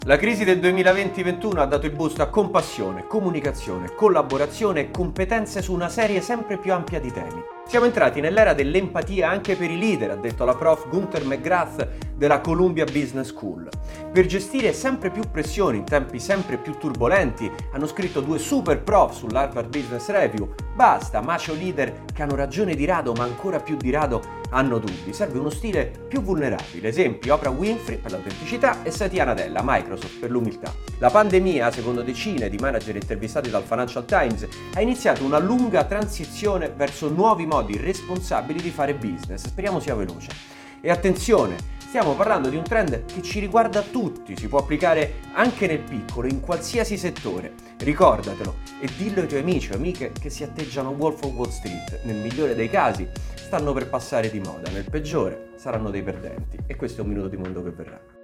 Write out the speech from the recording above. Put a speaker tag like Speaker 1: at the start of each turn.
Speaker 1: La crisi del 2020-21 ha dato il boost a compassione, comunicazione, collaborazione e competenze su una serie sempre più ampia di temi. Siamo entrati nell'era dell'empatia anche per i leader, ha detto la prof Gunther McGrath della Columbia Business School. Per gestire sempre più pressioni in tempi sempre più turbolenti, hanno scritto due super prof sull'Harvard Business Review, basta macho leader che hanno ragione di rado ma ancora più di rado hanno dubbi, serve uno stile più vulnerabile, esempi Oprah Winfrey per l'autenticità e Satya Nadella, Microsoft per l'umiltà. La pandemia, secondo decine di manager intervistati dal Financial Times, ha iniziato una lunga transizione verso nuovi modi responsabili di fare business, speriamo sia veloce. E attenzione, stiamo parlando di un trend che ci riguarda tutti, si può applicare anche nel piccolo, in qualsiasi settore. Ricordatelo e dillo ai tuoi amici o amiche che si atteggiano Wolf of Wall Street. Nel migliore dei casi stanno per passare di moda, nel peggiore saranno dei perdenti. E questo è un minuto di mondo che verrà.